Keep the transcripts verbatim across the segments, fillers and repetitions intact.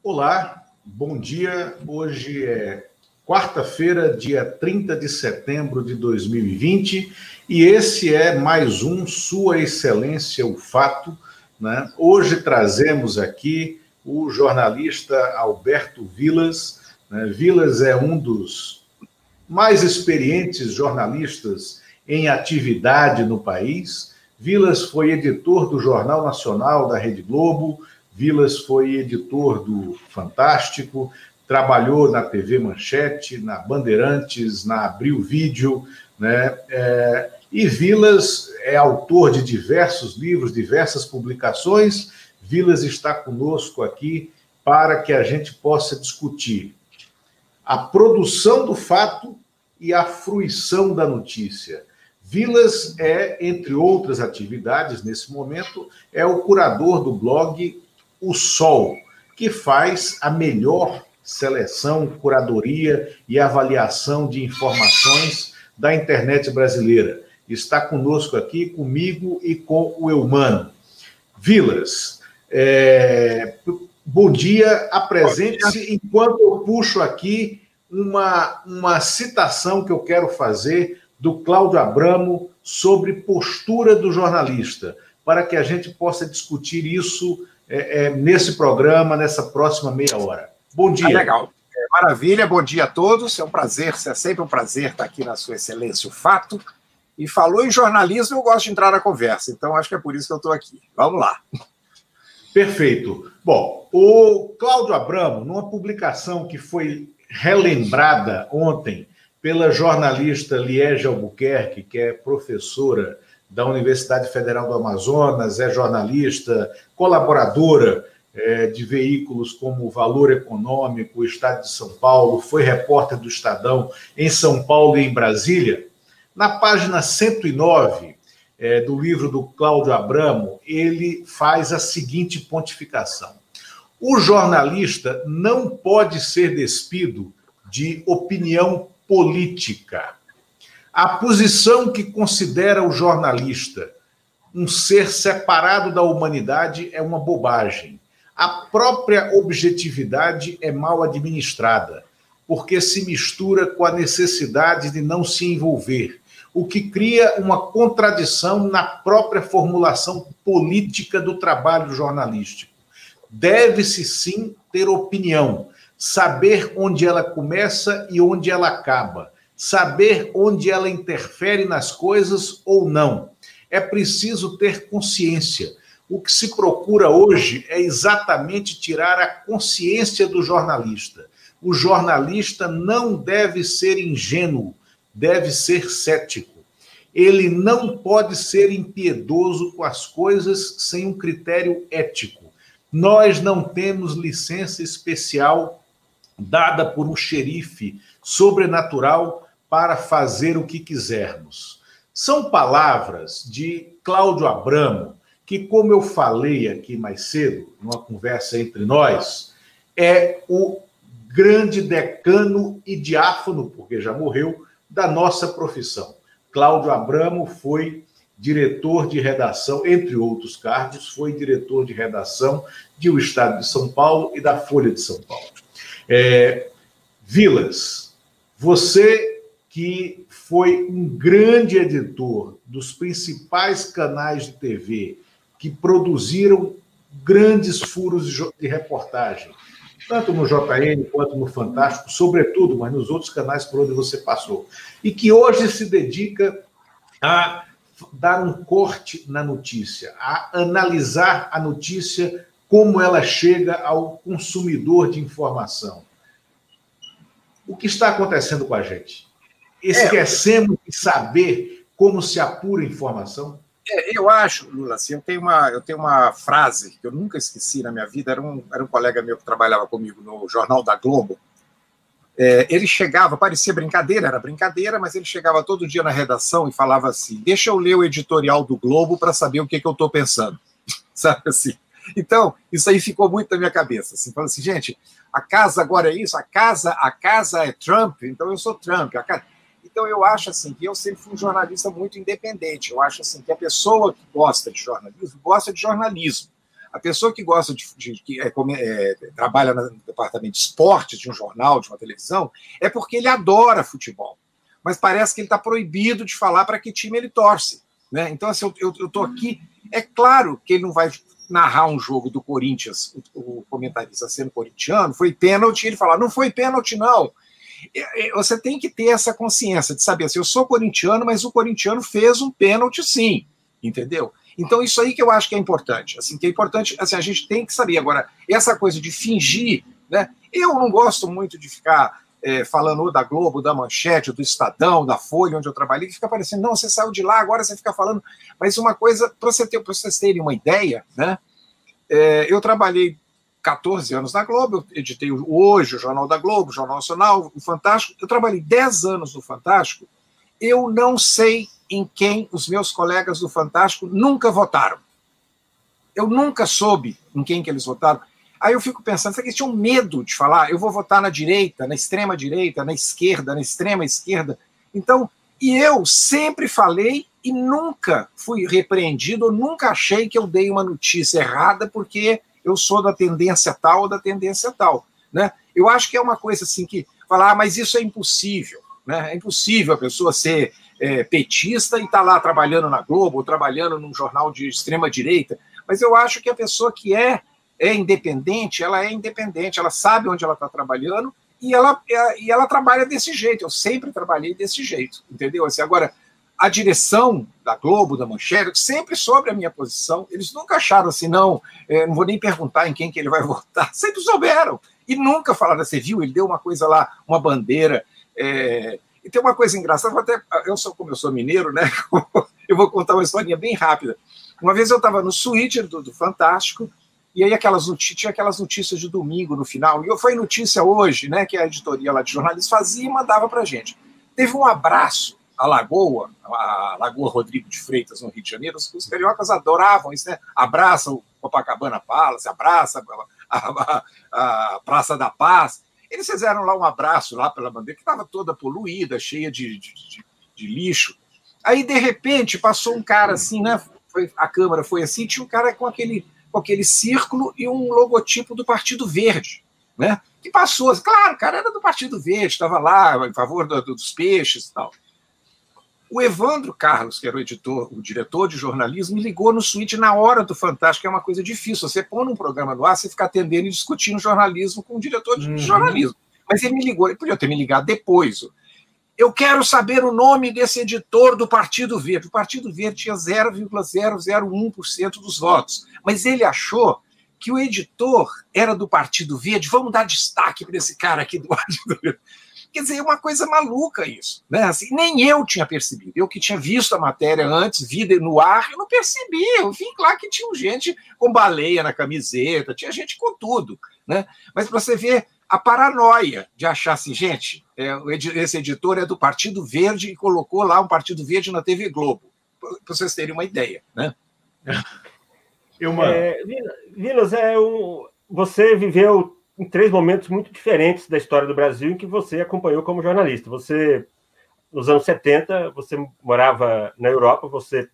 Olá, bom dia. Hoje é quarta-feira, dia trinta de setembro de dois mil e vinte, e esse é mais um Sua Excelência, o Fato, né? Hoje trazemos aqui o jornalista Alberto Vilas, né? Vilas é um dos mais experientes jornalistas em atividade no país. Vilas foi editor do Jornal Nacional da Rede Globo, Vilas foi editor do Fantástico, trabalhou na T V Manchete, na Bandeirantes, na Abril Vídeo, né? É, e Vilas é autor de diversos livros, diversas publicações. Vilas está conosco aqui para que a gente possa discutir a produção do fato e a fruição da notícia. Vilas é, entre outras atividades, nesse momento, é o curador do blog O Sol, que faz a melhor seleção, curadoria e avaliação de informações da internet brasileira. Está conosco aqui, comigo e com o Eumano. Vilas, é... bom dia, apresente-se enquanto eu puxo aqui uma, uma citação que eu quero fazer do Cláudio Abramo sobre postura do jornalista, para que a gente possa discutir isso é, é, nesse programa, nessa próxima meia hora. Bom dia. Ah, legal. É, maravilha, bom dia a todos. É um prazer, é sempre um prazer estar aqui na Sua Excelência, o Fato. E falou em jornalismo, eu gosto de entrar na conversa, então acho que é por isso que eu estou aqui. Vamos lá. Perfeito. Bom, o Cláudio Abramo, numa publicação que foi relembrada ontem pela jornalista Liege Albuquerque, que é professora da Universidade Federal do Amazonas, é jornalista, colaboradora é, de veículos como o Valor Econômico, o Estado de São Paulo, foi repórter do Estadão em São Paulo e em Brasília. Na página cento e nove é, do livro do Cláudio Abramo, ele faz a seguinte pontificação: o jornalista não pode ser despido de opinião política. A posição que considera o jornalista um ser separado da humanidade é uma bobagem. A própria objetividade é mal administrada, porque se mistura com a necessidade de não se envolver, o que cria uma contradição na própria formulação política do trabalho jornalístico. Deve-se sim ter opinião, saber onde ela começa e onde ela acaba, saber onde ela interfere nas coisas ou não. É preciso ter consciência. O que se procura hoje é exatamente tirar a consciência do jornalista. O jornalista não deve ser ingênuo, deve ser cético. Ele não pode ser impiedoso com as coisas sem um critério ético. Nós não temos licença especial dada por um xerife sobrenatural para fazer o que quisermos. São palavras de Cláudio Abramo, que, como eu falei aqui mais cedo, numa conversa entre nós, é o grande decano e diáfano, porque já morreu, da nossa profissão. Cláudio Abramo foi diretor de redação, entre outros cargos, foi diretor de redação de O Estado de São Paulo e da Folha de São Paulo. É, Vilas, você que foi um grande editor dos principais canais de T V que produziram grandes furos de reportagem, tanto no J N quanto no Fantástico, sobretudo, mas nos outros canais por onde você passou, e que hoje se dedica a dar um corte na notícia, a analisar a notícia como ela chega ao consumidor de informação. O que está acontecendo com a gente? Esquecemos de saber como se apura informação? É, eu acho, Lula, assim, eu tenho, uma, eu tenho uma frase que eu nunca esqueci na minha vida, era um, era um colega meu que trabalhava comigo no Jornal da Globo. É, ele chegava, parecia brincadeira, era brincadeira, mas ele chegava todo dia na redação e falava assim: deixa eu ler o editorial do Globo para saber o que, que eu estou pensando. Sabe assim? Então, isso aí ficou muito na minha cabeça. Assim, falando assim, gente, a casa agora é isso, a casa, a casa é Trump, então eu sou Trump. A casa... Então, eu acho assim que eu sempre fui um jornalista muito independente. Eu acho assim que a pessoa que gosta de jornalismo, gosta de jornalismo. A pessoa que gosta de, de que é, é, trabalha no departamento de esportes de um jornal, de uma televisão, é porque ele adora futebol. Mas parece que ele está proibido de falar para que time ele torce, né? Então, assim, eu estou aqui. É claro que ele não vai narrar um jogo do Corinthians, o, o comentarista sendo corintiano, foi pênalti, ele fala, não foi pênalti, não. Você tem que ter essa consciência de saber assim, eu sou corintiano, mas o corintiano fez um pênalti sim, entendeu? Então isso aí que eu acho que é importante, assim, que é importante, assim, a gente tem que saber. Agora, essa coisa de fingir, né? Eu não gosto muito de ficar é, falando ou da Globo, da Manchete, do Estadão, da Folha, onde eu trabalhei, que fica parecendo, não, você saiu de lá, agora você fica falando, mas uma coisa, para você ter, para vocês terem uma ideia, né? É, eu trabalhei quatorze anos na Globo, eu editei hoje o Jornal da Globo, o Jornal Nacional, o Fantástico. Eu trabalhei dez anos no Fantástico. Eu não sei em quem os meus colegas do Fantástico nunca votaram. Eu nunca soube em quem que eles votaram. Aí eu fico pensando, será que eles tinham medo de falar? Eu vou votar na direita, na extrema-direita, na esquerda, na extrema-esquerda. Então, e eu sempre falei e nunca fui repreendido, eu nunca achei que eu dei uma notícia errada porque eu sou da tendência tal ou da tendência tal, né? Eu acho que é uma coisa assim que falar, ah, mas isso é impossível, né? É impossível a pessoa ser é, petista e estar tá lá trabalhando na Globo ou trabalhando num jornal de extrema direita. Mas eu acho que a pessoa que é, é independente, ela é independente, ela sabe onde ela está trabalhando e ela, e ela trabalha desse jeito. Eu sempre trabalhei desse jeito, entendeu? Assim, agora, a direção da Globo, da Manchete, sempre sobre a minha posição, eles nunca acharam assim, não, é, não vou nem perguntar em quem que ele vai votar, sempre souberam, e nunca falaram, você viu, ele deu uma coisa lá, uma bandeira, é... e tem uma coisa engraçada, até, eu sou, como eu sou mineiro, né, eu vou contar uma historinha bem rápida. Uma vez eu estava no suíte do, do Fantástico, e aí aquelas notícias, tinha aquelas notícias de domingo no final, e eu foi notícia hoje, né, que a editoria lá de jornalistas fazia e mandava pra gente. Teve um abraço a Lagoa, a Lagoa Rodrigo de Freitas, no Rio de Janeiro, os, os cariocas adoravam isso, né? Abraça o Copacabana Palace, abraça a, a, a Praça da Paz. Eles fizeram lá um abraço lá pela bandeira, que estava toda poluída, cheia de, de, de, de lixo. Aí, de repente, passou um cara assim, né? Foi, a câmera foi assim, tinha um cara com aquele, com aquele círculo e um logotipo do Partido Verde, né? Que passou, claro, o cara era do Partido Verde, estava lá em favor do, dos peixes e tal. O Evandro Carlos, que era o editor, o diretor de jornalismo, me ligou no suíte na hora do Fantástico, que é uma coisa difícil. Você põe um programa no ar, você fica atendendo e discutindo jornalismo com o diretor de uhum. jornalismo. Mas ele me ligou, ele podia ter me ligado depois. Eu quero saber o nome desse editor do Partido Verde. O Partido Verde tinha zero vírgula zero zero um por cento dos votos. Mas ele achou que o editor era do Partido Verde. Vamos dar destaque para esse cara aqui do Partido Verde. Quer dizer, é uma coisa maluca isso, né? Assim, nem eu tinha percebido. Eu que tinha visto a matéria antes, vida no ar, eu não percebi. Eu vi lá que tinha gente com baleia na camiseta, tinha gente com tudo, né? Mas para você ver a paranoia de achar assim, gente, é, esse editor é do Partido Verde e colocou lá um Partido Verde na T V Globo, para vocês terem uma ideia, né? Eu, mano. É, Vilas, é um, você viveu em três momentos muito diferentes da história do Brasil em que você acompanhou como jornalista. Você, nos anos setenta, você morava na Europa, você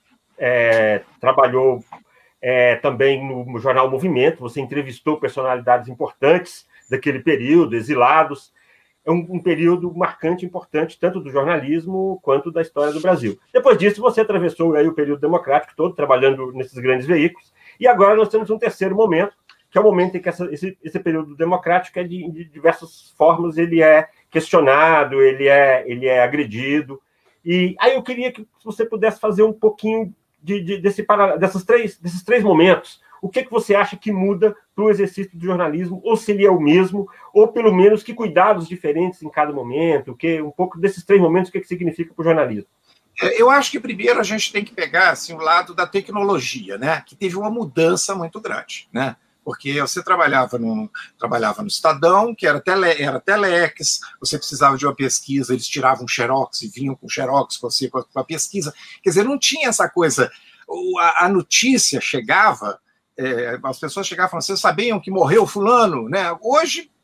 é, trabalhou é, também no jornal Movimento, você entrevistou personalidades importantes daquele período, exilados. É um, um período marcante, importante, tanto do jornalismo quanto da história do Brasil. Depois disso, você atravessou aí o período democrático todo, trabalhando nesses grandes veículos, e agora nós temos um terceiro momento, que é o momento em que essa, esse, esse período democrático é de, de diversas formas, ele é questionado, ele é, ele é agredido. E aí eu queria que você pudesse fazer um pouquinho de, de, desse, dessas três, desses três momentos. O que, que você acha que muda para o exercício do jornalismo, ou se ele é o mesmo, ou pelo menos que cuidados diferentes em cada momento, que, um pouco desses três momentos, o que, que significa para o jornalismo? Eu acho que primeiro a gente tem que pegar assim, o lado da tecnologia, né? Que teve uma mudança muito grande, né? Porque você trabalhava no, trabalhava no Estadão, que era, tele, era telex, você precisava de uma pesquisa, eles tiravam xerox e vinham com xerox com você, com a, com a pesquisa. Quer dizer, não tinha essa coisa. A, a notícia chegava, é, as pessoas chegavam e falavam, vocês sabiam que morreu fulano? Né? Hoje,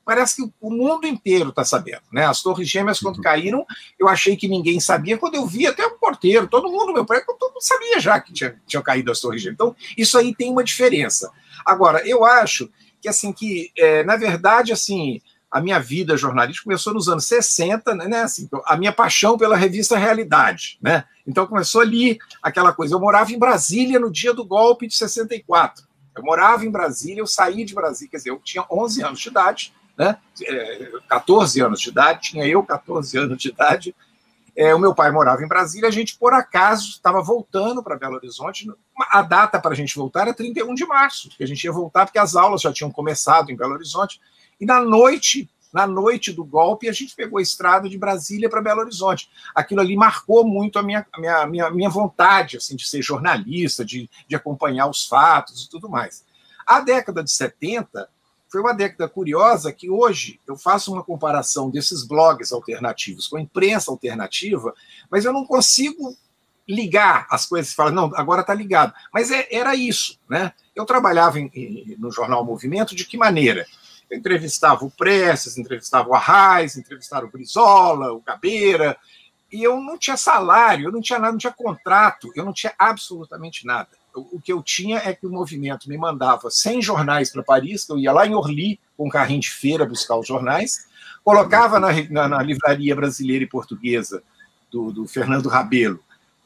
parece que o mundo inteiro está sabendo, né? As Torres Gêmeas, quando caíram, eu achei que ninguém sabia. Quando eu vi, até o porteiro, todo mundo, meu prédio, todo mundo sabia já que tinha, tinha caído as Torres Gêmeas. Então, isso aí tem uma diferença. Agora, eu acho que, assim, que, é, na verdade, assim, a minha vida jornalística começou nos anos sessenta, né? Assim, a minha paixão pela revista Realidade, né? Então, começou ali aquela coisa. Eu morava em Brasília no dia do golpe de sessenta e quatro. Eu morava em Brasília, eu saí de Brasília, quer dizer, eu tinha onze anos de idade, né? catorze anos de idade, tinha eu catorze anos de idade. É, o meu pai morava em Brasília, a gente, por acaso, estava voltando para Belo Horizonte. A data para a gente voltar era trinta e um de março, porque a gente ia voltar porque as aulas já tinham começado em Belo Horizonte. E na noite, na noite do golpe, a gente pegou a estrada de Brasília para Belo Horizonte. Aquilo ali marcou muito a minha, a minha, minha, minha vontade, assim, de ser jornalista, de, de acompanhar os fatos e tudo mais. A década de setenta foi uma década curiosa que hoje eu faço uma comparação desses blogs alternativos com a imprensa alternativa, mas eu não consigo ligar as coisas e falar, não, agora está ligado. Mas é, era isso, né? Eu trabalhava em, em, no jornal Movimento de que maneira? Eu entrevistava o Prestes, entrevistava o Arraes, entrevistava o Brizola, o Gabeira, e eu não tinha salário, eu não tinha nada, não tinha contrato, eu não tinha absolutamente nada. O que eu tinha é que o movimento me mandava cem jornais para Paris, que eu ia lá em Orly com um carrinho de feira buscar os jornais, colocava na, na, na livraria brasileira e portuguesa do, do Fernando Rabelo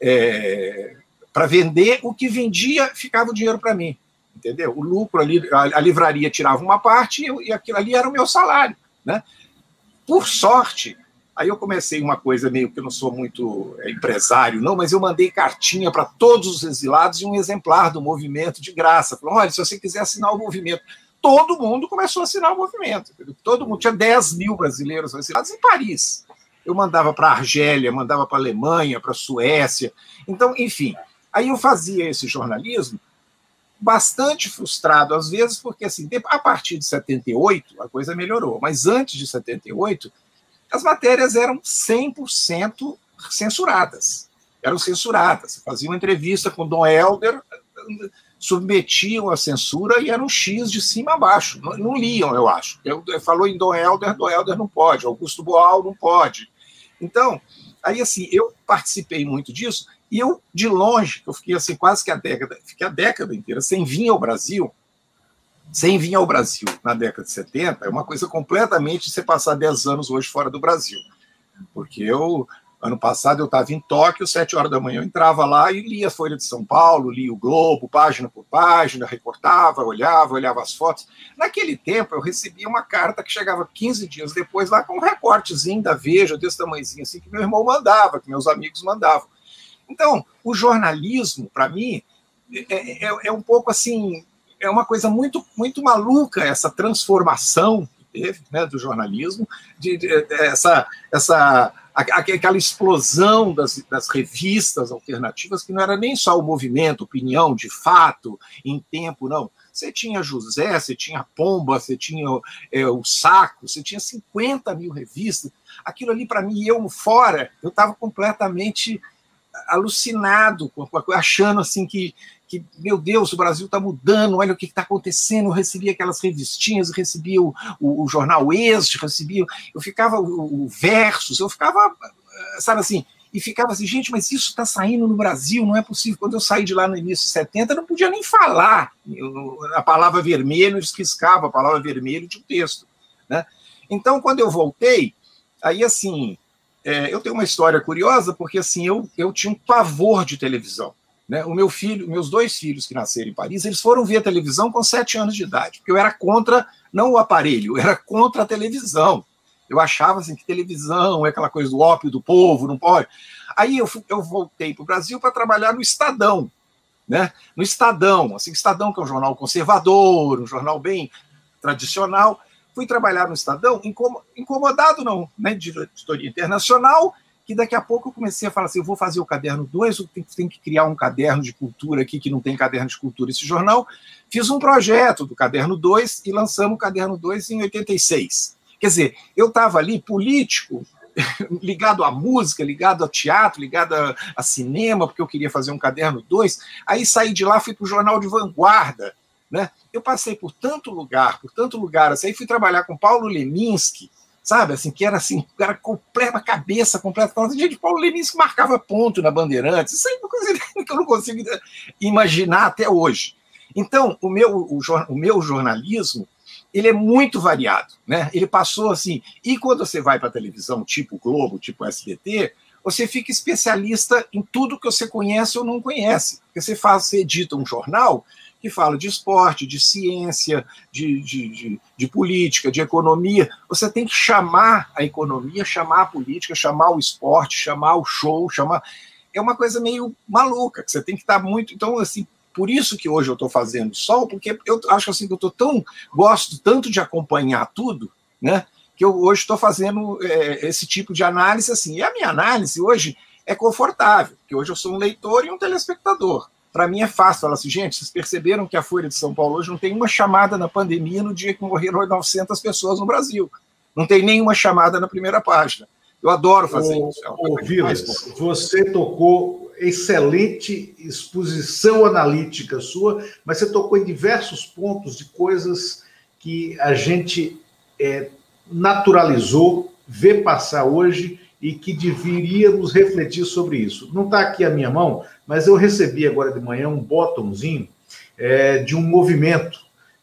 é, para vender, o que vendia ficava o dinheiro para mim, entendeu? O lucro ali, a, a livraria tirava uma parte e, eu, e aquilo ali era o meu salário, né? Por sorte, aí eu comecei uma coisa meio que eu não sou muito empresário, não, mas eu mandei cartinha para todos os exilados e um exemplar do movimento de graça. Falei, olha, se você quiser assinar o movimento. Todo mundo começou a assinar o movimento. Entendeu? Todo mundo, tinha dez mil brasileiros exilados em Paris. Eu mandava para a Argélia, mandava para a Alemanha, para a Suécia. Então, enfim, aí eu fazia esse jornalismo bastante frustrado às vezes, porque assim, a partir de setenta e oito a coisa melhorou, mas antes de setenta e oito as matérias eram cem por cento censuradas. Eram censuradas. Fazia uma entrevista com o Dom Helder, submetiam a censura e era um X de cima a baixo. Não, não liam, eu acho. Eu, eu falou em Dom Helder, Dom Helder não pode, Augusto Boal não pode. Então, aí assim, eu participei muito disso e eu, de longe, eu fiquei assim quase que a década, fiquei a década inteira sem vir ao Brasil, sem vir ao Brasil na década de setenta, é uma coisa completamente de você passar dez anos hoje fora do Brasil. Porque eu, ano passado, eu estava em Tóquio, sete horas da manhã, eu entrava lá e lia a Folha de São Paulo, lia o Globo, página por página, recortava, olhava, olhava as fotos. Naquele tempo, eu recebia uma carta que chegava quinze dias depois, lá com um recortezinho da Veja, desse tamanhozinho assim, que meu irmão mandava, que meus amigos mandavam. Então, o jornalismo, para mim, é, é, é um pouco assim... É uma coisa muito, muito maluca essa transformação que teve, né, do jornalismo, de, de, de, essa, essa, aquela explosão das, das revistas alternativas, que não era nem só o movimento, opinião, de fato, em tempo, não. Você tinha José, você tinha Pomba, você tinha é, o Saco, você tinha cinquenta mil revistas. Aquilo ali, para mim, eu fora, eu estava completamente alucinado, achando assim que que, meu Deus, o Brasil está mudando, olha o que está acontecendo, eu recebia aquelas revistinhas, eu recebia o, o, o jornal Este, recebia, eu ficava, o, o Versus, eu ficava, sabe assim, e ficava assim, gente, mas isso está saindo no Brasil, não é possível. Quando eu saí de lá no início de setenta, eu não podia nem falar eu, a palavra vermelho, eu esquiscava a palavra vermelho de um texto, né? Então, quando eu voltei, aí assim, é, eu tenho uma história curiosa, porque assim, eu, eu tinha um pavor de televisão. Né? O meu filho, meus dois filhos que nasceram em Paris, eles foram ver a televisão com sete anos de idade, porque eu era contra, não o aparelho, eu era contra a televisão. Eu achava assim, que televisão é aquela coisa do ópio do povo, não pode. Aí eu, eu voltei para o Brasil para trabalhar no Estadão, né? No Estadão, assim, Estadão, que é um jornal conservador, um jornal bem tradicional. Fui trabalhar no Estadão, incomodado não, né, de editoria internacional, que daqui a pouco eu comecei a falar assim, eu vou fazer o caderno dois, eu tenho, tenho que criar um caderno de cultura aqui, que não tem caderno de cultura esse jornal. Fiz um projeto do caderno dois e lançamos o caderno dois em oitenta e seis. Quer dizer, eu estava ali político, ligado à música, ligado ao teatro, ligado a, a cinema, porque eu queria fazer um caderno dois. Aí saí de lá, fui para o jornal de vanguarda, né? Eu passei por tanto lugar, por tanto lugar, assim, aí fui trabalhar com Paulo Leminski, sabe, assim, que era assim, era completa, cabeça completa. Gente, Paulo Leminski marcava ponto na Bandeirantes, isso é uma coisa que eu não consigo imaginar até hoje. Então, o meu, o, o meu jornalismo, ele é muito variado, né? Ele passou assim, e quando você vai para a televisão, tipo Globo, tipo S B T, você fica especialista em tudo que você conhece ou não conhece. Porque você faz, você edita um jornal que fala de esporte, de ciência, de, de, de, de política, de economia. Você tem que chamar a economia, chamar a política, chamar o esporte, chamar o show, chamar... É uma coisa meio maluca, que você tem que estar muito... Então, assim, por isso que hoje eu estou fazendo Sol, porque eu acho assim, que eu estou tão... Gosto tanto de acompanhar tudo, né? Que eu hoje estou fazendo é, esse tipo de análise assim. E a minha análise hoje é confortável, porque hoje eu sou um leitor e um telespectador. Para mim é fácil falar assim, gente, vocês perceberam que a Folha de São Paulo hoje não tem uma chamada na pandemia no dia que morreram novecentas pessoas no Brasil. Não tem nenhuma chamada na primeira página. Eu adoro fazer ô, isso. É ô, Vilas, você tocou excelente exposição analítica sua, mas você tocou em diversos pontos de coisas que a gente é, naturalizou, vê passar hoje e que deveríamos refletir sobre isso. Não está aqui a minha mão, mas eu recebi agora de manhã um botãozinho é, de um movimento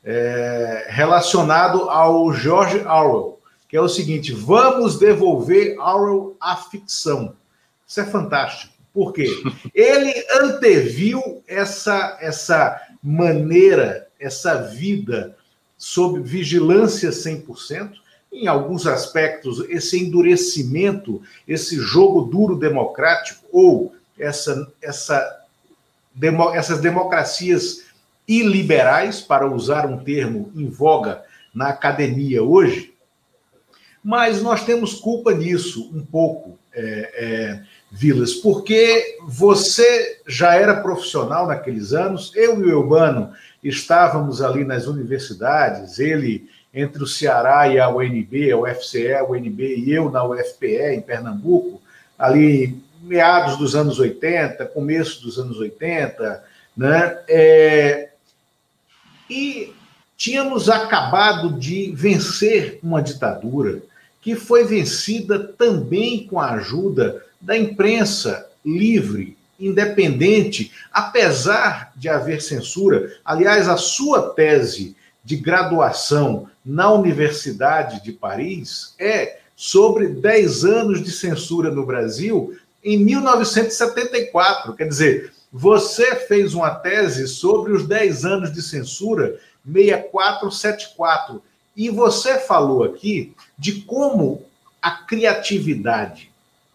é, relacionado ao George Orwell, que é o seguinte: vamos devolver Orwell à ficção. Isso é fantástico. Por quê? Ele anteviu essa, essa maneira, essa vida sob vigilância cem por cento, em alguns aspectos, esse endurecimento, esse jogo duro democrático, ou essa, essa, demo, essas democracias iliberais, para usar um termo em voga na academia hoje, mas nós temos culpa nisso, um pouco, é, é, Vilas, porque você já era profissional naqueles anos, eu e o Eubano estávamos ali nas universidades, ele entre o Ceará e a U N B, a U F C E, a U N B, e eu na U F P E, em Pernambuco, ali meados dos anos oitenta, começo dos anos oitenta, né? É, e tínhamos acabado de vencer uma ditadura que foi vencida também com a ajuda da imprensa livre, independente, apesar de haver censura. Aliás, a sua tese de graduação na Universidade de Paris é sobre dez anos de censura no Brasil em mil novecentos e setenta e quatro. Quer dizer, você fez uma tese sobre os dez anos de censura sessenta e quatro, setenta e quatro. E você falou aqui de como a criatividade,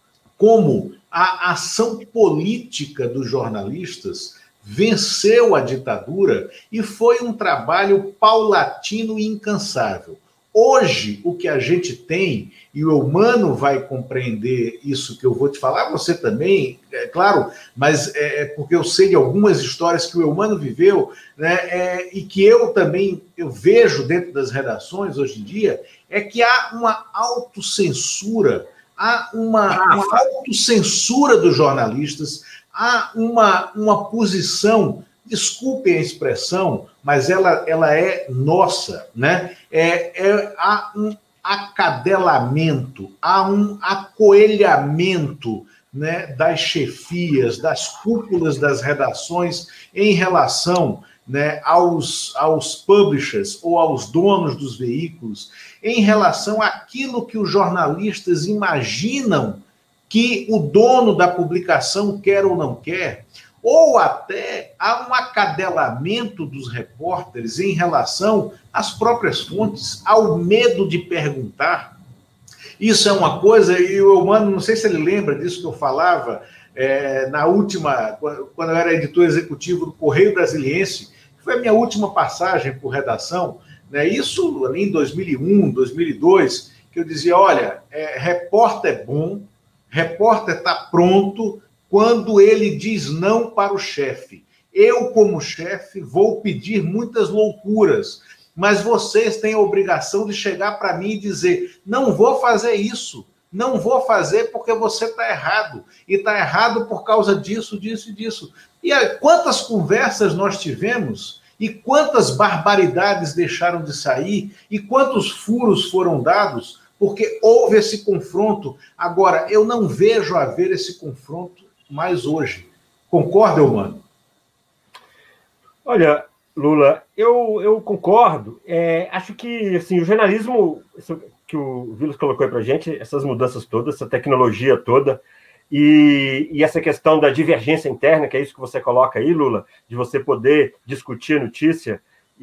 como a ação política dos jornalistas venceu a ditadura e foi um trabalho paulatino e incansável. Hoje, o que a gente tem, e o Eumano vai compreender isso que eu vou te falar, você também, é claro, mas é porque eu sei de algumas histórias que o Eumano viveu, né, é, e que eu também eu vejo dentro das redações hoje em dia, é que há uma autocensura, há uma, uma autocensura dos jornalistas, há uma, uma posição, desculpem a expressão, mas ela, ela é nossa, né? É, é, há um acadelamento, há um acoelhamento, né, das chefias, das cúpulas das redações em relação, né, aos, aos publishers ou aos donos dos veículos, em relação àquilo que os jornalistas imaginam que o dono da publicação quer ou não quer, ou até há um acadelamento dos repórteres em relação às próprias fontes, ao medo de perguntar. Isso é uma coisa, e o Eumano, não sei se ele lembra disso que eu falava é, na última, quando eu era editor executivo do Correio Brasiliense, que foi a minha última passagem por redação, né, isso ali em dois mil e um, dois mil e dois, que eu dizia, olha, é, repórter é bom, repórter está pronto quando ele diz não para o chefe. Eu, como chefe, vou pedir muitas loucuras, mas vocês têm a obrigação de chegar para mim e dizer, não vou fazer isso, não vou fazer porque você está errado, e está errado por causa disso, disso e disso. E aí, quantas conversas nós tivemos E quantas barbaridades deixaram de sair e quantos furos foram dados porque houve esse confronto. Agora, eu não vejo haver esse confronto mais hoje. Concorda, Eumano? Olha, Lula, eu, eu concordo. É, acho que assim, o jornalismo, que o Vilas colocou aí para a gente, essas mudanças todas, essa tecnologia toda, e, e essa questão da divergência interna, que é isso que você coloca aí, Lula, de você poder discutir a notícia,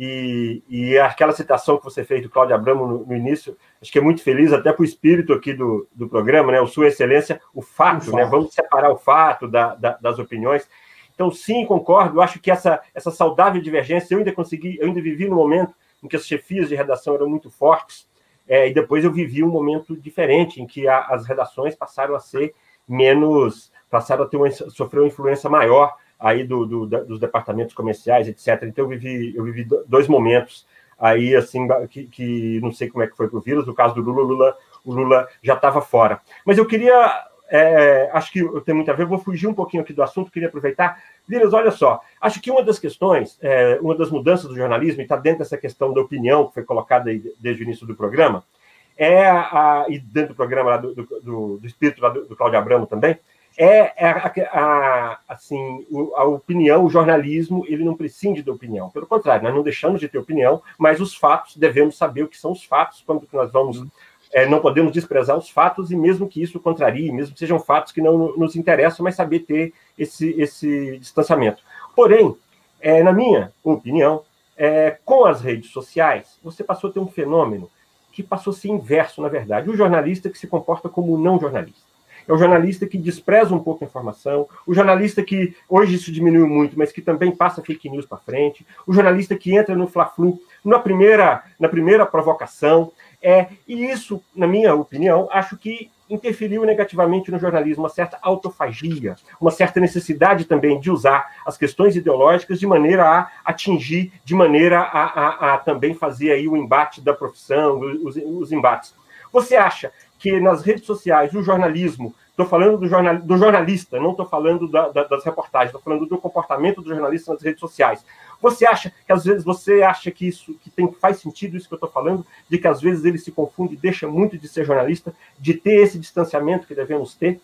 e, e aquela citação que você fez do Cláudio Abramo no, no início, acho que é muito feliz, até para o espírito aqui do, do programa, né? O Sua Excelência, o fato, o fato. Né? Vamos separar o fato da, da, das opiniões. Então, sim, concordo. Eu acho que essa, essa saudável divergência, eu ainda consegui, eu ainda vivi no momento em que as chefias de redação eram muito fortes, é, e depois eu vivi um momento diferente, em que a, as redações passaram a ser menos, passaram a ter uma, sofrer uma influência maior aí do, do, da, dos departamentos comerciais, etcétera. Então, eu vivi, eu vivi dois momentos aí, assim, que, que não sei como é que foi para o Vilas. No caso do Lula, Lula, o Lula já estava fora. Mas eu queria... É, acho que eu tenho muito a ver, vou fugir um pouquinho aqui do assunto, queria aproveitar. Vilas, olha só, acho que uma das questões, é, uma das mudanças do jornalismo, e está dentro dessa questão da opinião que foi colocada aí desde o início do programa, é a, e dentro do programa lá do, do, do espírito lá do, do Cláudio Abramo também, é, é a, a, assim, a opinião, o jornalismo, ele não prescinde da opinião. Pelo contrário, nós não deixamos de ter opinião, mas os fatos, devemos saber o que são os fatos quando nós vamos... É, não podemos desprezar os fatos, e mesmo que isso contrarie, mesmo que sejam fatos que não nos interessam, mas saber ter esse, esse distanciamento. Porém, é, na minha opinião, é, com as redes sociais, você passou a ter um fenômeno que passou a ser inverso, na verdade. O jornalista que se comporta como não jornalista. É o jornalista que despreza um pouco a informação, o jornalista que, hoje isso diminuiu muito, mas que também passa fake news para frente, o jornalista que entra no Fla-Flu na primeira, na primeira provocação. É, e isso, na minha opinião, acho que interferiu negativamente no jornalismo, uma certa autofagia, uma certa necessidade também de usar as questões ideológicas de maneira a atingir, de maneira a, a, a também fazer aí o embate da profissão, os, os embates. Você acha que nas redes sociais o jornalismo, estou falando do, jornal, do jornalista, não estou falando da, da, das reportagens, estou falando do comportamento do jornalista nas redes sociais. Você acha que às vezes você acha que isso que tem, faz sentido isso que eu estou falando, de que às vezes ele se confunde e deixa muito de ser jornalista, de ter esse distanciamento que devemos ter?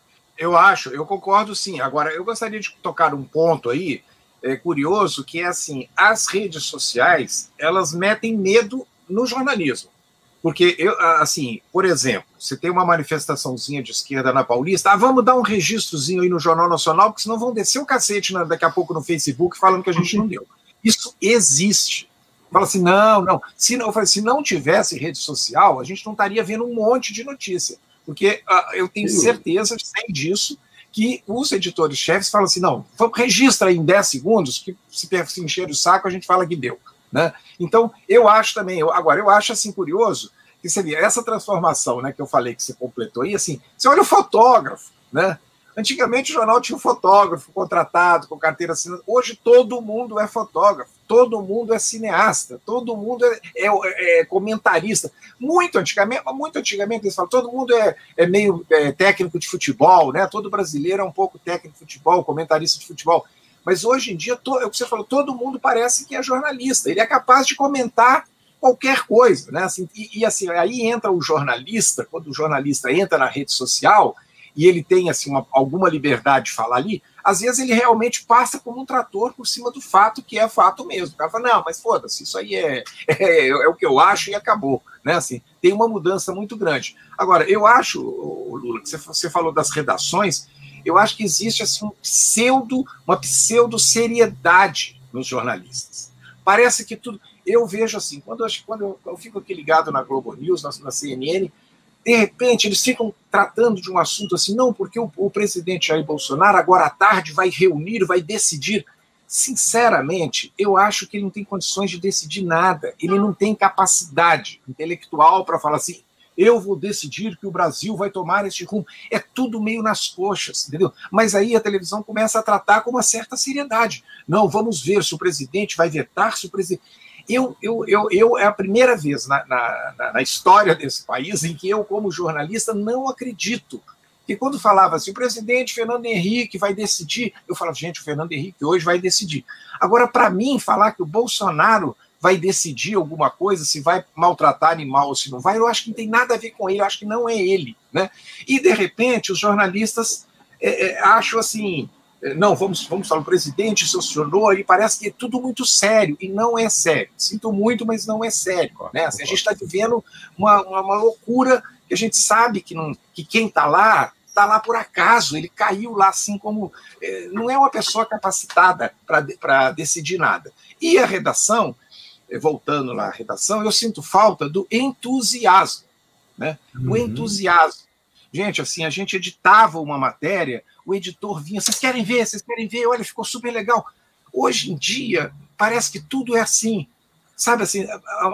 Eu acho, eu concordo sim. Agora, eu gostaria de tocar um ponto aí, é, curioso, que é assim, as redes sociais, elas metem medo no jornalismo. Porque, eu, assim, por exemplo, você tem uma manifestaçãozinha de esquerda na Paulista, ah, vamos dar um registrozinho aí no Jornal Nacional, porque senão vão descer o cacete daqui a pouco no Facebook falando que a gente não deu. Isso existe. Fala assim, não, não. Se não, eu falei, se não tivesse rede social, a gente não estaria vendo um monte de notícia. Porque uh, eu tenho certeza, sei disso, que os editores-chefes falam assim, não, registra aí em dez segundos, que se, se encher o saco, a gente fala que deu. Né? Então, eu acho também, eu, agora, eu acho assim curioso, que seria essa transformação, né, que eu falei que você completou aí, assim, você olha o fotógrafo, né? Antigamente o jornal tinha um fotógrafo contratado, com carteira assinada, hoje todo mundo é fotógrafo, todo mundo é cineasta, todo mundo é, é, é comentarista. Muito antigamente, muito antigamente eles falam, todo mundo é, é meio é, técnico de futebol, né? Todo brasileiro é um pouco técnico de futebol, comentarista de futebol. Mas hoje em dia, é o que você falou, todo mundo parece que é jornalista. Ele é capaz de comentar qualquer coisa, né? Assim, e, e assim, aí entra o jornalista, quando o jornalista entra na rede social e ele tem assim, uma, alguma liberdade de falar ali, às vezes ele realmente passa como um trator por cima do fato que é fato mesmo. O cara fala, não, mas foda-se, isso aí é, é, é o que eu acho e acabou. Né? Assim, tem uma mudança muito grande. Agora, eu acho, Lula, que você, você falou das redações, eu acho que existe assim, um pseudo, uma pseudo-seriedade nos jornalistas. Parece que tudo... Eu vejo assim, quando eu, quando eu, eu fico aqui ligado na Globo News, na, na C N N, de repente eles ficam tratando de um assunto assim, não, porque o, o presidente Jair Bolsonaro agora à tarde vai reunir, vai decidir. Sinceramente, eu acho que ele não tem condições de decidir nada. Ele não tem capacidade intelectual para falar assim, eu vou decidir que o Brasil vai tomar este rumo. É tudo meio nas coxas, entendeu? Mas aí a televisão começa a tratar com uma certa seriedade. Não, vamos ver se o presidente vai vetar, se o presidente... Eu, eu, eu, eu, é a primeira vez na, na, na história desse país em que eu, como jornalista, não acredito que Porque quando falava assim, o presidente Fernando Henrique vai decidir, eu falava, gente, o Fernando Henrique hoje vai decidir. Agora, para mim, falar que o Bolsonaro vai decidir alguma coisa, se vai maltratar animal ou se não vai, eu acho que não tem nada a ver com ele, eu acho que não é ele, né? E, de repente, os jornalistas é, é, acham assim, não, vamos, vamos falar, o presidente sancionou, e parece que é tudo muito sério, e não é sério. Sinto muito, mas não é sério. Né? Assim, a gente está vivendo uma, uma, uma loucura que a gente sabe que, não, que quem está lá, está lá por acaso, ele caiu lá assim como... É, não é uma pessoa capacitada para decidir nada. E a redação, voltando lá à redação, eu sinto falta do entusiasmo. Né? Uhum. O entusiasmo. Gente, assim, a gente editava uma matéria, o editor vinha, vocês querem ver, vocês querem ver, olha, ficou super legal. Hoje em dia, parece que tudo é assim, sabe assim,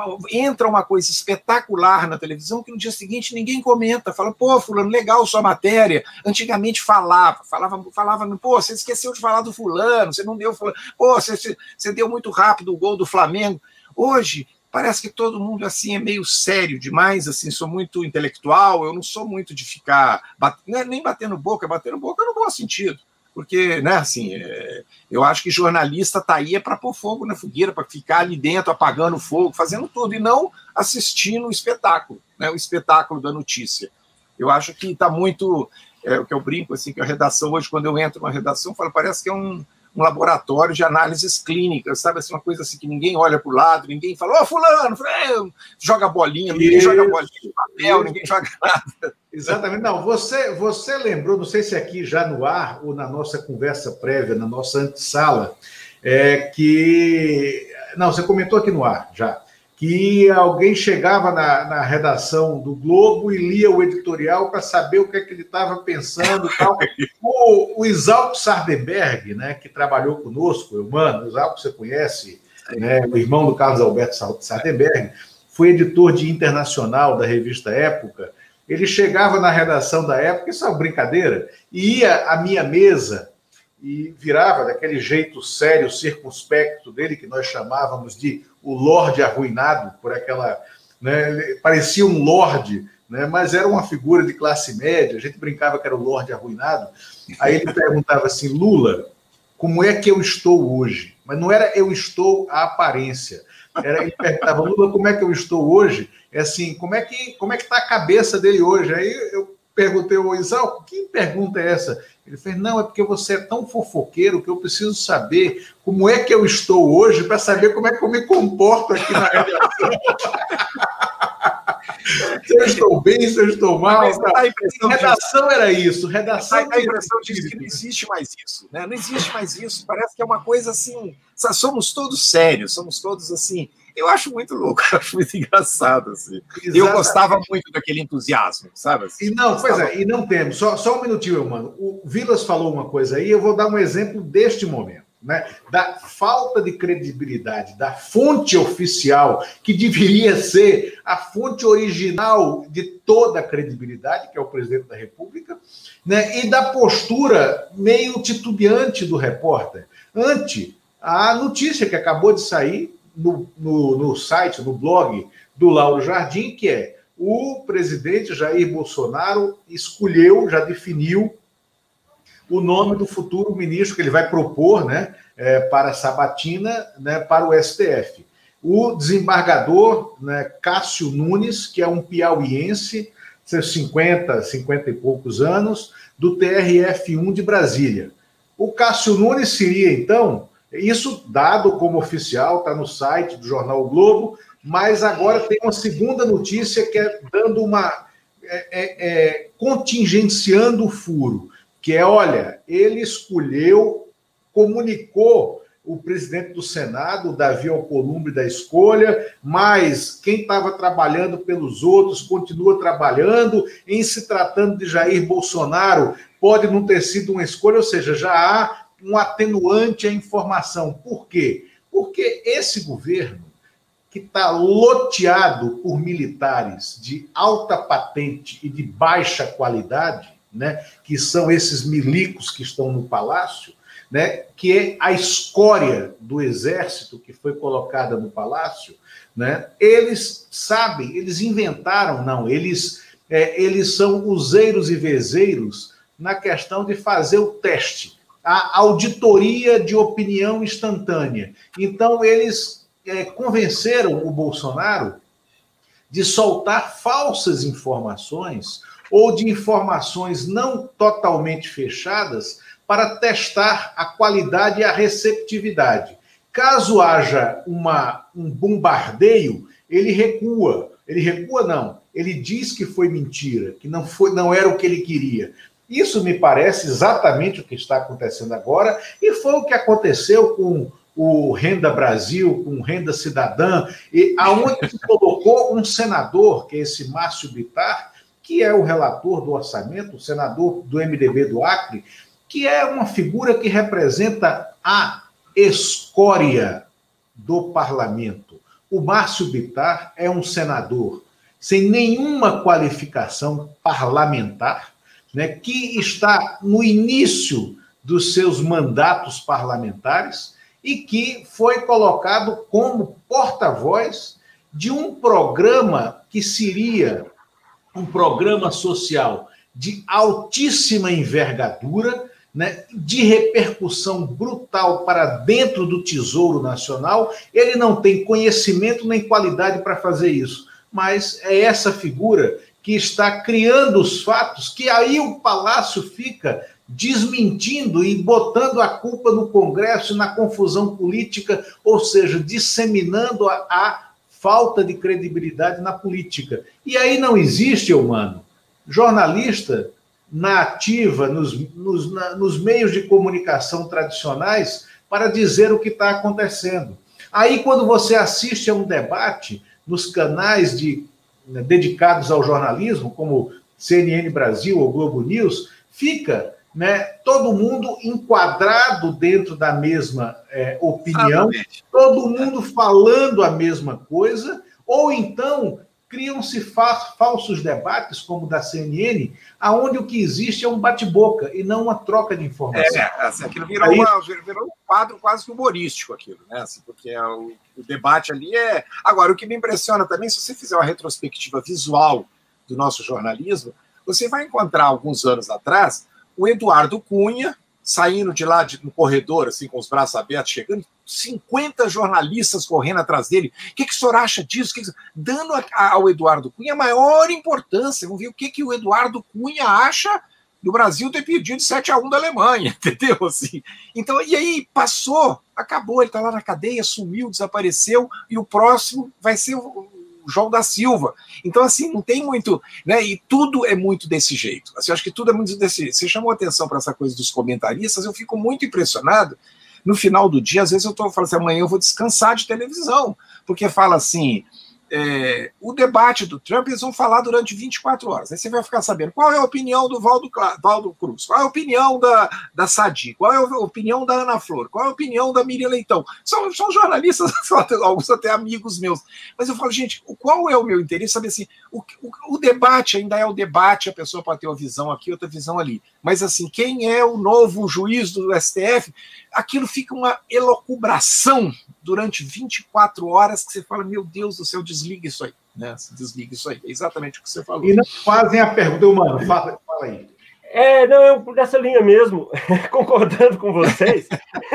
entra uma coisa espetacular na televisão que no dia seguinte ninguém comenta, fala, pô, fulano, legal sua matéria. Antigamente falava, falava, falava, pô, você esqueceu de falar do fulano, você não deu, fulano. Pô, você, você deu muito rápido o gol do Flamengo. Hoje, parece que todo mundo assim é meio sério demais, assim, sou muito intelectual, eu não sou muito de ficar, bate, não é nem batendo boca, batendo boca no bom sentido, porque, né, assim, é, eu acho que jornalista tá aí é para pôr fogo na fogueira, para ficar ali dentro apagando fogo, fazendo tudo, e não assistindo o espetáculo, né, o espetáculo da notícia. Eu acho que está muito, é o que eu brinco, assim, que a redação hoje, quando eu entro numa redação, eu falo, parece que é um um laboratório de análises clínicas, sabe, assim, uma coisa assim que ninguém olha para o lado, ninguém fala, ô, fulano, fulano, joga bolinha, ninguém isso, joga bolinha de papel, isso. Ninguém joga nada. Exatamente, não, você, você lembrou, não sei se aqui já no ar, ou na nossa conversa prévia, na nossa antessala, é, que, não, você comentou aqui no ar, já, que alguém chegava na, na redação do Globo e lia o editorial para saber o que é que ele estava pensando e tal. O, o Exalco Sardenberg, né, que trabalhou conosco, eu, mano, o Exalco você conhece, né, o irmão do Carlos Alberto Sardenberg, foi editor de internacional da revista Época. Ele chegava na redação da Época, isso é uma brincadeira, e ia à minha mesa e virava daquele jeito sério, circunspecto dele, que nós chamávamos de o Lorde Arruinado, por aquela... Né, parecia um lorde, né, mas era uma figura de classe média, a gente brincava que era o Lorde Arruinado. Aí ele perguntava assim, Lula, como é que eu estou hoje? Mas não era eu estou a aparência. Era, ele perguntava, Lula, como é que eu estou hoje? É assim, como é que como é que está a cabeça dele hoje? Aí eu perguntei ao Exalco, que pergunta é essa? Ele fez, não, é porque você é tão fofoqueiro que eu preciso saber como é que eu estou hoje para saber como é que eu me comporto aqui na redação. Se eu estou bem, se eu estou mal. Mas tá. A impressão redação de... era isso. Redação a, a impressão diz que não existe mais isso. Né? Não existe mais isso. Parece que é uma coisa assim. Somos todos sérios, somos todos assim. Eu acho muito louco, eu acho muito engraçado. Assim. Eu gostava muito daquele entusiasmo, sabe? Assim, e não, pois é, e não temos. Só, só um minutinho, mano. O Vilas falou uma coisa aí, eu vou dar um exemplo deste momento, né? Da falta de credibilidade da fonte oficial, que deveria ser a fonte original de toda a credibilidade, que é o presidente da República, né? E da postura meio titubeante do repórter. Ante a notícia que acabou de sair No, no, no site, no blog do Lauro Jardim, que é o presidente Jair Bolsonaro escolheu, já definiu o nome do futuro ministro que ele vai propor, né, é, para a sabatina, né, para o S T F. O desembargador, né, Cássio Nunes, que é um piauiense, seus cinquenta, cinquenta e poucos anos, do T R F um de Brasília. O Cássio Nunes seria, então... Isso dado como oficial, está no site do Jornal o Globo, mas agora tem uma segunda notícia que é dando uma... É, é, é, contingenciando o furo, que é, olha, ele escolheu, comunicou o presidente do Senado, o Davi Alcolumbre, da escolha, mas quem estava trabalhando pelos outros continua trabalhando, em se tratando de Jair Bolsonaro, pode não ter sido uma escolha, ou seja, já há um atenuante à informação. Por quê? Porque esse governo, que está loteado por militares de alta patente e de baixa qualidade, né, que são esses milicos que estão no palácio, né, que é a escória do exército que foi colocada no palácio, né, eles sabem, eles inventaram, não, eles, é, eles são useiros e vezeiros na questão de fazer o teste, a auditoria de opinião instantânea. Então, eles é, convenceram o Bolsonaro de soltar falsas informações ou de informações não totalmente fechadas para testar a qualidade e a receptividade. Caso haja uma, um bombardeio, ele recua. Ele recua, não. Ele diz que foi mentira, que não, foi, não era o que ele queria. Isso me parece exatamente o que está acontecendo agora, e foi o que aconteceu com o Renda Brasil, com o Renda Cidadã, e aonde se colocou um senador, que é esse Márcio Bittar, que é o relator do orçamento, o senador do M D B do Acre, que é uma figura que representa a escória do parlamento. O Márcio Bittar é um senador sem nenhuma qualificação parlamentar, né, que está no início dos seus mandatos parlamentares e que foi colocado como porta-voz de um programa que seria um programa social de altíssima envergadura, né, de repercussão brutal para dentro do Tesouro Nacional. Ele não tem conhecimento nem qualidade para fazer isso, mas é essa figura que está criando os fatos, que aí o Palácio fica desmentindo e botando a culpa no Congresso, na confusão política, ou seja, disseminando a, a falta de credibilidade na política. E aí não existe, humano, jornalista na ativa, nos, nos, na, nos meios de comunicação tradicionais, para dizer o que está acontecendo. Aí, quando você assiste a um debate nos canais de, né, dedicados ao jornalismo, como C N N Brasil ou Globo News, fica, né, todo mundo enquadrado dentro da mesma é, opinião, Exatamente. Todo mundo falando a mesma coisa, ou então criam-se fa- falsos debates, como o da C N N, aonde o que existe é um bate-boca e não uma troca de informação. É, assim, aquilo virou, Aí... uma, virou um quadro quase que humorístico, aquilo, né? Assim, porque o, o debate ali é... Agora, o que me impressiona também, se você fizer uma retrospectiva visual do nosso jornalismo, você vai encontrar, alguns anos atrás, o Eduardo Cunha, saindo de lá de, no corredor, assim, com os braços abertos, chegando, cinquenta jornalistas correndo atrás dele. O que, que o senhor acha disso? Que que... Dando a, a, ao Eduardo Cunha a maior importância. Vamos ver o que, que o Eduardo Cunha acha do Brasil ter perdido sete a um da Alemanha, entendeu? Assim, então, e aí passou, acabou, ele está lá na cadeia, sumiu, desapareceu, e o próximo vai ser o João da Silva. Então, assim, não tem muito, né? E tudo é muito desse jeito. Assim, eu acho que tudo é muito desse jeito. Você chamou atenção para essa coisa dos comentaristas, eu fico muito impressionado. No final do dia, às vezes eu estou falando assim, amanhã eu vou descansar de televisão, porque fala assim, é, o debate do Trump, eles vão falar durante vinte e quatro horas. Aí você vai ficar sabendo qual é a opinião do Valdo, Valdo Cruz, qual é a opinião da, da Sadi, qual é a opinião da Ana Flor, qual é a opinião da Miriam Leitão. São, são jornalistas, alguns até amigos meus. Mas eu falo, gente, qual é o meu interesse? Saber assim, o, o, o debate ainda é o debate, a pessoa pode ter uma visão aqui, outra visão ali. Mas assim, quem é o novo juiz do S T F? Aquilo fica uma elocubração durante vinte e quatro horas que você fala, meu Deus do céu, desliga isso aí, né? Desliga isso aí. É exatamente o que você falou. E não fazem a pergunta, mano, fala, fala aí. É, não, eu nessa linha mesmo, concordando com vocês.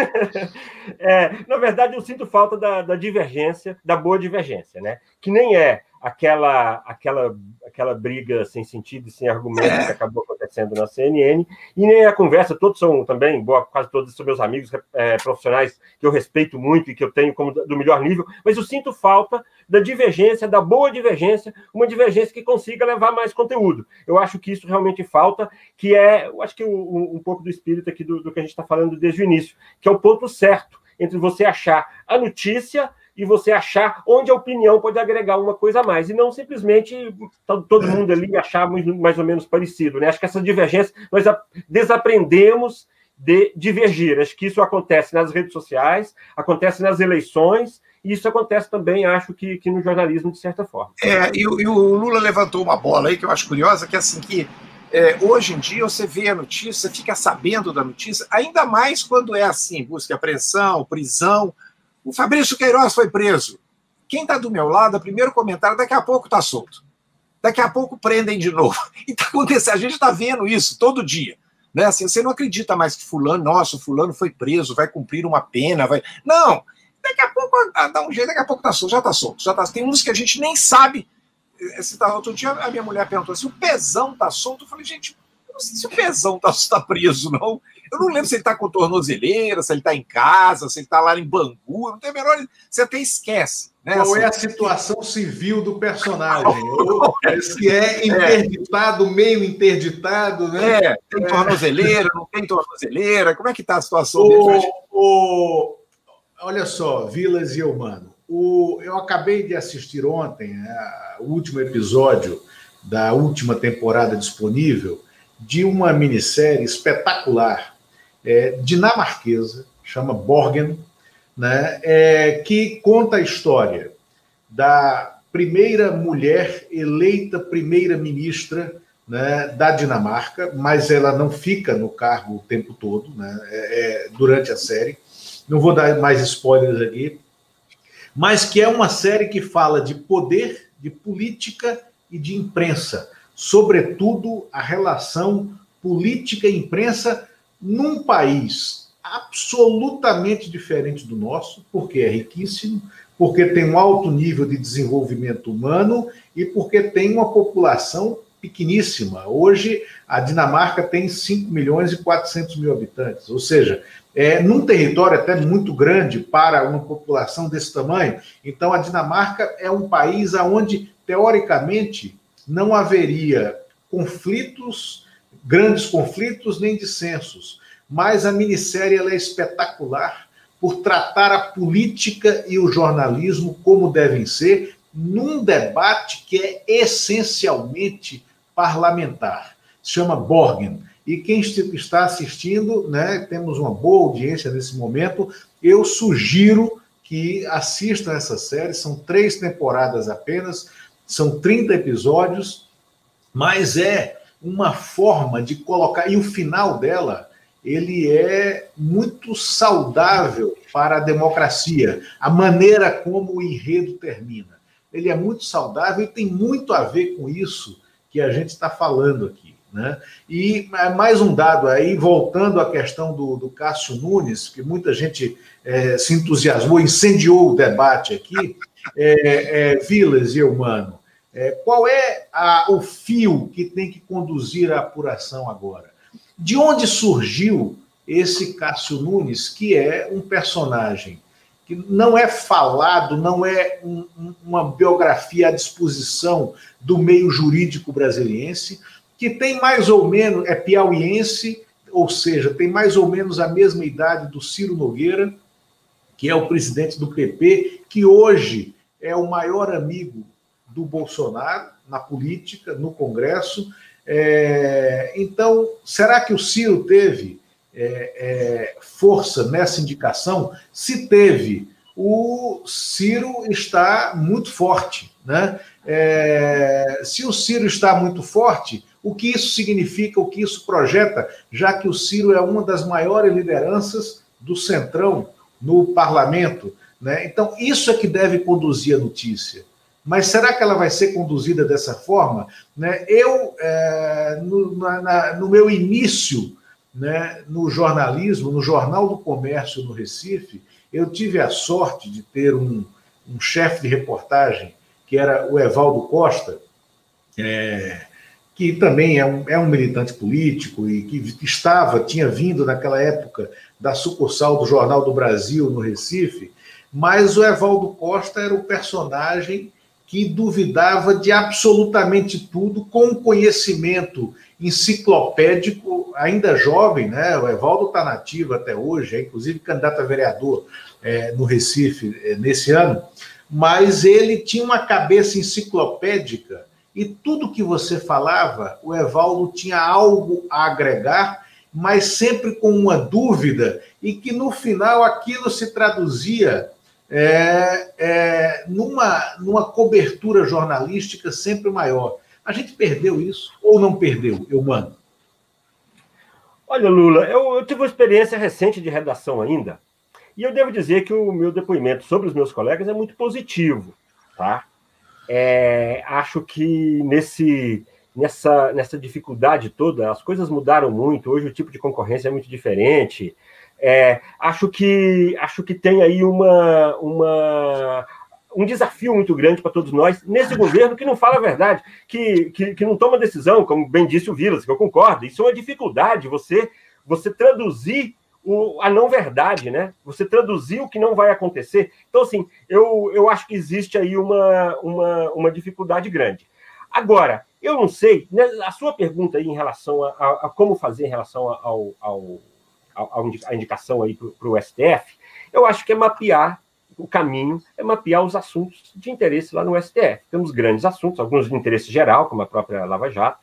É, na verdade, eu sinto falta da, da divergência, da boa divergência, né? Que nem é aquela, aquela, aquela briga sem sentido e sem argumento é. que acabou acontecendo na C N N, e nem a conversa, todos são também, boa, quase todos são meus amigos é, profissionais que eu respeito muito e que eu tenho como do melhor nível, mas eu sinto falta da divergência, da boa divergência, uma divergência que consiga levar mais conteúdo. Eu acho que isso realmente falta, que é, eu acho que um, um pouco do espírito aqui do, do que a gente está falando desde o início, que é o ponto certo entre você achar a notícia e você achar onde a opinião pode agregar uma coisa a mais, e não simplesmente todo mundo ali achar mais ou menos parecido, né? Acho que essa divergência, nós desaprendemos de divergir. Acho que isso acontece nas redes sociais, acontece nas eleições, e isso acontece também, acho, que, que no jornalismo, de certa forma. É, e, e o Lula levantou uma bola aí que eu acho curiosa, que é assim, que é, hoje em dia você vê a notícia, você fica sabendo da notícia, ainda mais quando é assim, busca e apreensão, prisão. O Fabrício Queiroz foi preso. Quem está do meu lado, o primeiro comentário, daqui a pouco está solto. daqui a pouco prendem de novo. E tá acontecendo, a gente está vendo isso todo dia. Né? Assim, você não acredita mais que fulano, nossa, fulano foi preso, vai cumprir uma pena, vai... Não, daqui a pouco dá um jeito, daqui a pouco tá solto, já tá solto. Já tá... Tem uns que a gente nem sabe. Se tá... Outro dia a minha mulher perguntou se o Pezão tá solto. Eu falei, gente, eu não sei se o Pezão tá, tá preso, não. Eu não lembro se ele tá com tornozeleira, se ele tá em casa, se ele tá lá em Bangu, não tem a menor... Você até esquece. Né? Qual assim, é a situação civil do personagem? Ou, se é interditado, é. meio interditado, né? É, tem tornozeleira, não tem tornozeleira, como é que está a situação o, dele? O, olha só, Vilas e Eumano, o, eu acabei de assistir ontem né, o último episódio da última temporada disponível de uma minissérie espetacular, é, dinamarquesa, chama Borgen, né, é, que conta a história da primeira mulher eleita primeira-ministra, né, da Dinamarca, mas ela não fica no cargo o tempo todo, né, é, é, durante a série. Não vou dar mais spoilers aqui, mas que é uma série que fala de poder, de política e de imprensa, sobretudo a relação política e imprensa num país absolutamente diferente do nosso, porque é riquíssimo, porque tem um alto nível de desenvolvimento humano e porque tem uma população pequeníssima. Hoje, a Dinamarca tem cinco milhões e quatrocentos mil habitantes, ou seja, é num território até muito grande para uma população desse tamanho. Então, a Dinamarca é um país onde, teoricamente, não haveria conflitos, grandes conflitos, nem dissensos. Mas a minissérie ela é espetacular por tratar a política e o jornalismo como devem ser, num debate que é essencialmente parlamentar. Se chama Borgen. E quem está assistindo, né, temos uma boa audiência nesse momento, eu sugiro que assistam essa série, são três temporadas apenas, são trinta episódios, mas é uma forma de colocar, e o final dela, ele é muito saudável para a democracia, a maneira como o enredo termina. Ele é muito saudável e tem muito a ver com isso que a gente está falando aqui. Né? E mais um dado aí, voltando à questão do, do Cássio Nunes, que muita gente é, se entusiasmou, incendiou o debate aqui, é, é, Vilas e Eumano, é, qual é a, o fio que tem que conduzir a apuração agora? De onde surgiu esse Cássio Nunes, que é um personagem que não é falado, não é um, uma biografia à disposição do meio jurídico brasiliense, que tem mais ou menos, é piauiense, ou seja, tem mais ou menos a mesma idade do Ciro Nogueira, que é o presidente do P P, que hoje é o maior amigo do Bolsonaro na política, no Congresso. É, então, será que o Ciro teve é, é, força nessa indicação? Se teve, o Ciro está muito forte. Né? É, se o Ciro está muito forte, o que isso significa, o que isso projeta, já que o Ciro é uma das maiores lideranças do Centrão no parlamento. Né? Então, isso é que deve conduzir a notícia. Mas será que ela vai ser conduzida dessa forma? Né? Eu, é, no, na, no meu início, né, no jornalismo, no Jornal do Comércio no Recife, eu tive a sorte de ter um, um chefe de reportagem, que era o Evaldo Costa, é, que também é um, é um militante político e que estava, tinha vindo naquela época da sucursal do Jornal do Brasil no Recife, mas o Evaldo Costa era o personagem que duvidava de absolutamente tudo, com conhecimento enciclopédico, ainda jovem, né? O Evaldo está nativo até hoje, é inclusive candidato a vereador é, no Recife é, nesse ano, mas ele tinha uma cabeça enciclopédica e tudo que você falava, o Evaldo tinha algo a agregar, mas sempre com uma dúvida, e que no final aquilo se traduzia É, é, numa, numa cobertura jornalística sempre maior. A gente perdeu isso ou não perdeu, Eumano? Olha, Lula, eu, eu tive uma experiência recente de redação ainda, e eu devo dizer que o meu depoimento sobre os meus colegas é muito positivo, tá? É, acho que nesse, nessa, nessa dificuldade toda, as coisas mudaram muito, hoje o tipo de concorrência é muito diferente. É, acho, que, acho que tem aí uma, uma, um desafio muito grande para todos nós, nesse governo que não fala a verdade, que, que, que não toma decisão, como bem disse o Vilas, que eu concordo. Isso é uma dificuldade, você, você traduzir o, a não-verdade, né? Você traduzir o que não vai acontecer. Então, assim, eu, eu acho que existe aí uma, uma, uma dificuldade grande. Agora, eu não sei, né, a sua pergunta aí em relação a, a, a como fazer em relação ao... ao a indicação aí para o S T F, eu acho que é mapear o caminho, é mapear os assuntos de interesse lá no S T F. Temos grandes assuntos, alguns de interesse geral, como a própria Lava Jato,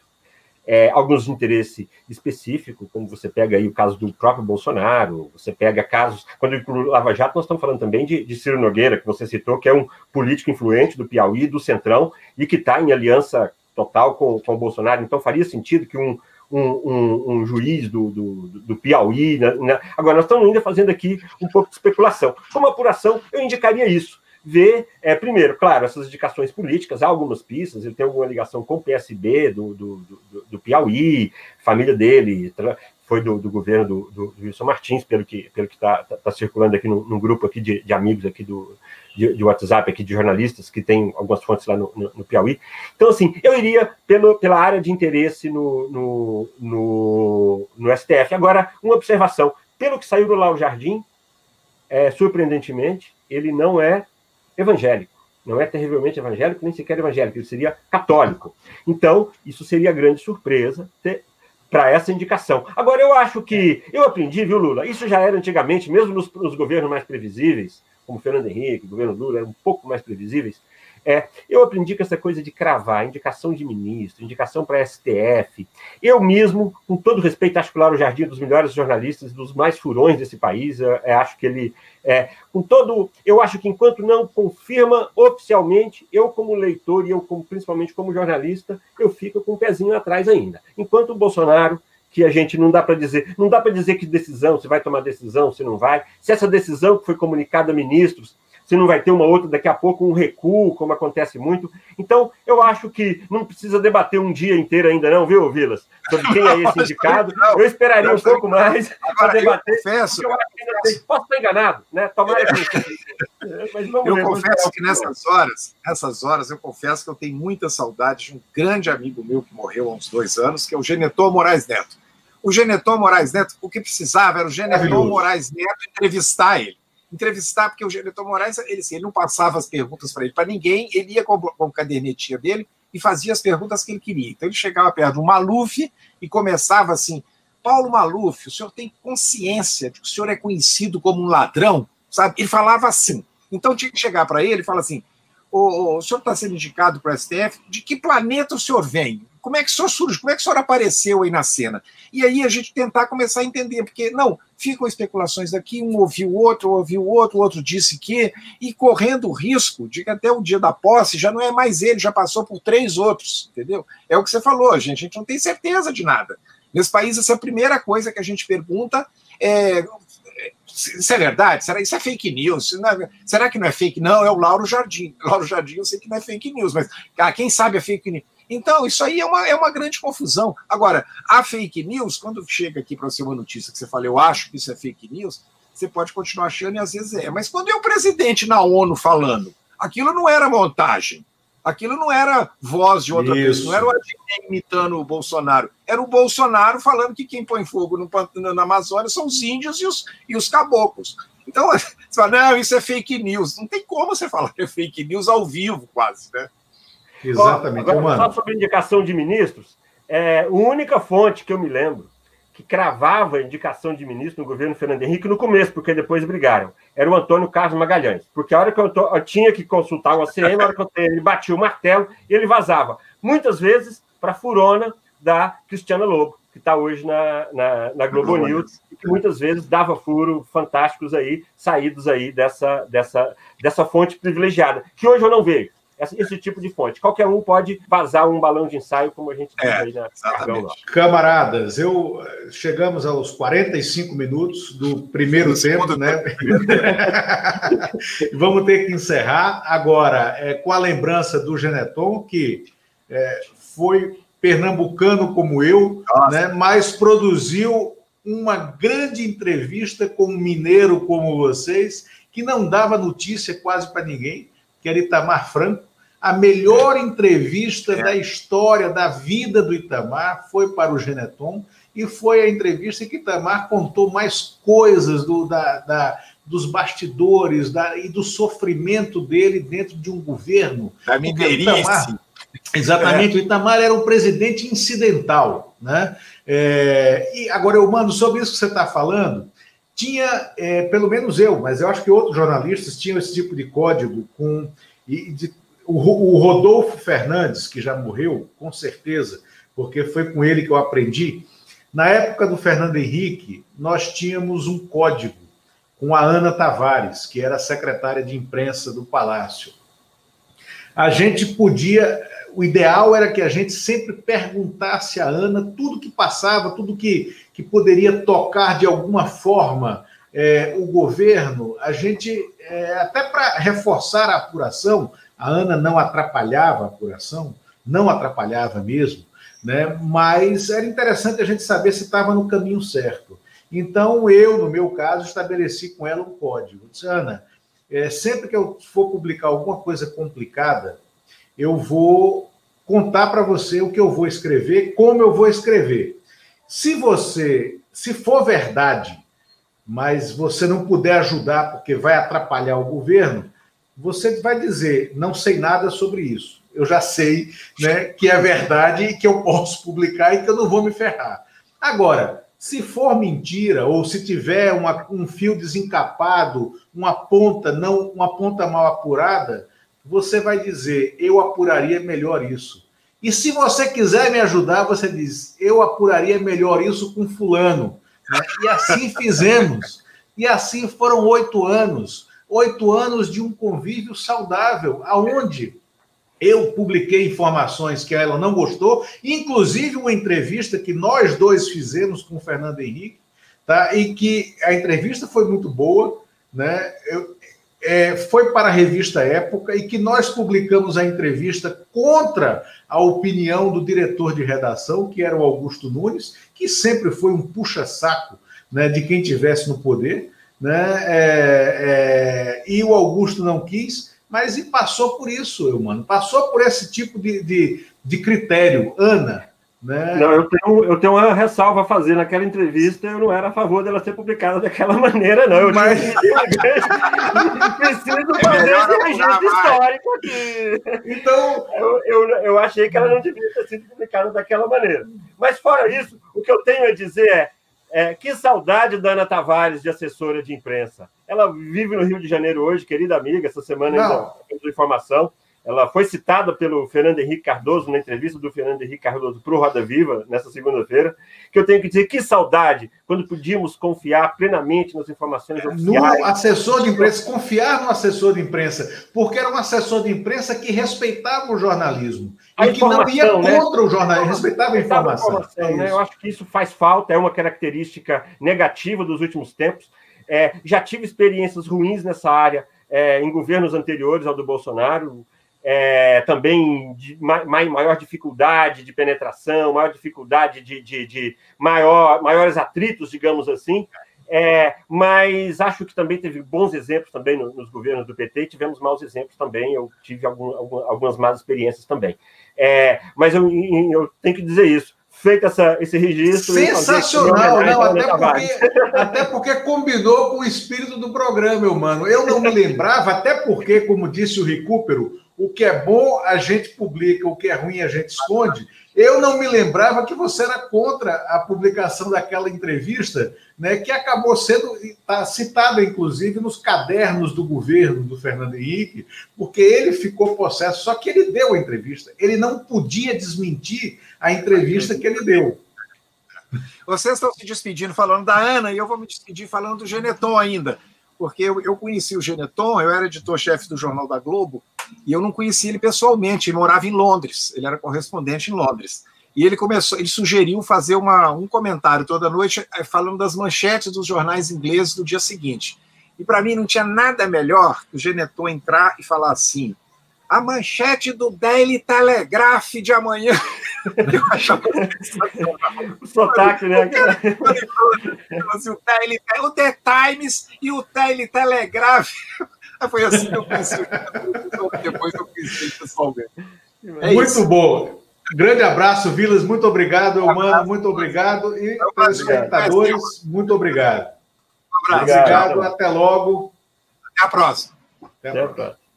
é, alguns de interesse específico, como você pega aí o caso do próprio Bolsonaro, você pega casos... Quando eu incluo Lava Jato, nós estamos falando também de, de Ciro Nogueira, que você citou, que é um político influente do Piauí, do Centrão, e que está em aliança total com, com o Bolsonaro. Então, faria sentido que um Um, um, um juiz do, do, do Piauí. Né, né? Agora, nós estamos ainda fazendo aqui um pouco de especulação. Como apuração, eu indicaria isso. Ver, é, primeiro, claro, essas indicações políticas, há algumas pistas, ele tem alguma ligação com o P S B do, do, do, do Piauí, família dele foi do, do governo do, do, do Wilson Martins, pelo que pelo que está tá, tá circulando aqui no, no grupo aqui de, de amigos aqui do, de, de WhatsApp, aqui de jornalistas, que tem algumas fontes lá no, no, no Piauí. Então, assim, eu iria pelo, pela área de interesse no, no, no, no S T F. Agora, uma observação, pelo que saiu do Lauro Jardim, é, surpreendentemente, ele não é evangélico, não é terrivelmente evangélico, nem sequer evangélico, ele seria católico. Então, isso seria grande surpresa para essa indicação. Agora, eu acho que... Eu aprendi, viu, Lula? Isso já era antigamente, mesmo nos, nos governos mais previsíveis, como Fernando Henrique, o governo Lula, eram um pouco mais previsíveis. É, eu aprendi que essa coisa de cravar, indicação de ministro, indicação para S T F, eu mesmo, com todo respeito, acho que o Lauro Jardim é um dos melhores jornalistas, dos mais furões desse país, eu, eu acho que ele, é, com todo, eu acho que enquanto não confirma oficialmente, eu como leitor e eu como, principalmente como jornalista, eu fico com um pezinho atrás ainda. Enquanto o Bolsonaro, que a gente não dá para dizer, não dá para dizer que decisão, se vai tomar decisão, se não vai, se essa decisão que foi comunicada a ministros, se não vai ter uma outra, daqui a pouco um recuo, como acontece muito. Então, eu acho que não precisa debater um dia inteiro ainda não, viu, Vilas? Sobre quem é esse indicado. Eu esperaria um pouco mais para debater. Eu confesso, eu acho que posso estar enganado, né? Tomara que... Mas vamos eu ver, confesso vamos que nessas horas, nessas horas, eu confesso que eu tenho muita saudade de um grande amigo meu que morreu há uns dois anos, que é o Genetor Moraes Neto. O Genetor Moraes Neto, o que precisava era o Genetor Moraes Neto entrevistar ele. entrevistar, porque o Genetor Moraes, ele, assim, ele não passava as perguntas para ele, para ninguém, ele ia com, com a cadernetinha dele e fazia as perguntas que ele queria. Então ele chegava perto do Maluf e começava assim: Paulo Maluf, o senhor tem consciência de que o senhor é conhecido como um ladrão? Sabe? Ele falava assim. Então tinha que chegar para ele e falar assim: o, o senhor está sendo indicado para o S T F, de que planeta o senhor vem? Como é que o senhor surge? Como é que o senhor apareceu aí na cena? E aí a gente tentar começar a entender, porque, não, ficam especulações daqui, um ouviu o outro, ouviu o outro, o outro disse que, e correndo o risco de que até o dia da posse já não é mais ele, já passou por três outros, entendeu? É o que você falou, gente, a gente não tem certeza de nada. Nesse país, essa é a primeira coisa que a gente pergunta é... Isso é verdade? Será isso é fake news? Será que não é fake? Não, é o Lauro Jardim. Lauro Jardim eu sei que não é fake news, mas ah, quem sabe é fake news. Então, isso aí é uma, é uma grande confusão. Agora, a fake news, quando chega aqui para você uma notícia que você fala, eu acho que isso é fake news, você pode continuar achando e às vezes é. Mas quando é o presidente na ONU falando, aquilo não era montagem. Aquilo não era voz de outra isso. pessoa, não era o Adnet imitando o Bolsonaro. Era o Bolsonaro falando que quem põe fogo no, na Amazônia são os índios e os, e os caboclos. Então, você fala, não, isso é fake news. Não tem como você falar que é fake news ao vivo, quase, né? Exatamente. Agora, só sobre indicação de ministros, é, a única fonte que eu me lembro que cravava a indicação de ministro no governo Fernando Henrique no começo, porque depois brigaram, era o Antônio Carlos Magalhães. Porque a hora que eu, tô, eu tinha que consultar o A C M, a hora que eu, ele batia o martelo e ele vazava. Muitas vezes para a furona da Cristiana Lobo, que está hoje na, na, na Globo News, e que muitas vezes dava furo fantásticos aí, saídos aí dessa, dessa, dessa fonte privilegiada, que hoje eu não vejo. esse, esse tipo de fonte. Qualquer um pode vazar um balão de ensaio, como a gente diz é, aí na exatamente. Camaradas, eu, chegamos aos quarenta e cinco minutos do primeiro no tempo, né? Vamos ter que encerrar agora é, com a lembrança do Geneton, que é, foi pernambucano como eu, né, mas produziu uma grande entrevista com um mineiro como vocês, que não dava notícia quase para ninguém, que era Itamar Franco. A melhor entrevista é. da história da vida do Itamar foi para o Geneton, e foi a entrevista em que Itamar contou mais coisas do, da, da, dos bastidores da, e do sofrimento dele dentro de um governo. Da mineirice. Exatamente, é. O Itamar era um presidente incidental, né? É, e agora eu mando sobre isso que você está falando. Tinha, é, pelo menos eu, mas eu acho que outros jornalistas tinham esse tipo de código com e de, o, o Rodolfo Fernandes, que já morreu, com certeza, porque foi com ele que eu aprendi. Na época do Fernando Henrique, nós tínhamos um código com a Ana Tavares, que era a secretária de imprensa do Palácio. A gente podia... O ideal era que a gente sempre perguntasse à Ana tudo que passava, tudo que, que poderia tocar de alguma forma é, o governo. A gente, é, até para reforçar a apuração, a Ana não atrapalhava a apuração, não atrapalhava mesmo, né? Mas era interessante a gente saber se estava no caminho certo. Então, eu, no meu caso, estabeleci com ela um código. Eu disse, Ana, é, sempre que eu for publicar alguma coisa complicada, eu vou contar para você o que eu vou escrever, como eu vou escrever. Se você, se for verdade, mas você não puder ajudar porque vai atrapalhar o governo, você vai dizer, não sei nada sobre isso. Eu já sei, né, que é verdade e que eu posso publicar e que eu não vou me ferrar. Agora, se for mentira ou se tiver uma, um fio desencapado, uma ponta, não, uma ponta mal apurada, você vai dizer, eu apuraria melhor isso. E se você quiser me ajudar, você diz, eu apuraria melhor isso com fulano. Né? E assim fizemos. E assim foram oito anos. Oito anos de um convívio saudável, aonde eu publiquei informações que ela não gostou, inclusive uma entrevista que nós dois fizemos com o Fernando Henrique, tá? E que a entrevista foi muito boa, né? Eu, É, foi para a revista Época e que nós publicamos a entrevista contra a opinião do diretor de redação, que era o Augusto Nunes, que sempre foi um puxa-saco, né, de quem tivesse no poder, né, é, é, e o Augusto não quis, mas e passou por isso, eu, mano, passou por esse tipo de, de, de critério. Ana, né? Não, eu tenho, eu tenho uma ressalva a fazer. Naquela entrevista, eu não era a favor dela ser publicada daquela maneira, não. Eu Mas... preciso fazer esse registro histórico aqui. Então... Eu, eu, eu achei que ela não devia ter sido publicada daquela maneira. Mas, fora isso, o que eu tenho a dizer é, é que saudade da Ana Tavares, de assessora de imprensa. Ela vive no Rio de Janeiro hoje, querida amiga, essa semana ainda temos informação. Ela foi citada pelo Fernando Henrique Cardoso, na entrevista do Fernando Henrique Cardoso para o Roda Viva, nessa segunda-feira, que eu tenho que dizer que saudade, quando podíamos confiar plenamente nas informações oficiais. No assessor de imprensa, confiar no assessor de imprensa, porque era um assessor de imprensa que respeitava o jornalismo, a e que não ia contra, né, o jornalismo, respeitava a informação. A informação, é né? Eu acho que isso faz falta, é uma característica negativa dos últimos tempos. É, já tive experiências ruins nessa área, é, em governos anteriores ao do Bolsonaro, É, também de ma maior dificuldade de penetração, maior dificuldade de, de, de maior, maiores atritos, digamos assim, é, mas acho que também teve bons exemplos também no, nos governos do P T, e tivemos maus exemplos também, eu tive algum, algum, algumas más experiências também. É, mas eu, eu tenho que dizer isso, feito essa, esse registro... Sensacional, não, até porque, até porque combinou com o espírito do programa, meu mano. Eu não me lembrava, até porque, como disse o Recupero, o que é bom a gente publica, o que é ruim a gente esconde. Eu não me lembrava que você era contra a publicação daquela entrevista, né, que acabou sendo tá, citada, inclusive, nos cadernos do governo do Fernando Henrique, porque ele ficou possesso, só que ele deu a entrevista. Ele não podia desmentir a entrevista que ele deu. Vocês estão se despedindo falando da Ana, e eu vou me despedir falando do Geneton ainda, porque eu, eu conheci o Geneton, eu era editor-chefe do Jornal da Globo, E eu não conhecia ele pessoalmente, ele morava em Londres, ele era correspondente em Londres. E ele começou, ele sugeriu fazer uma, um comentário toda noite falando das manchetes dos jornais ingleses do dia seguinte. E para mim não tinha nada melhor que o Geneton entrar e falar assim: a manchete do Daily Telegraph de amanhã. Eu achava o sotaque, né? O The Times e o Daily Telegraph. Foi assim que eu pensei. Depois eu pensei pessoalmente. É muito isso. Bom. Grande abraço, Vilas. Muito obrigado, Eumano. Muito obrigado. E telespectadores, muito obrigado. Um abraço. Obrigado. Até logo. Até a próxima. Até a próxima.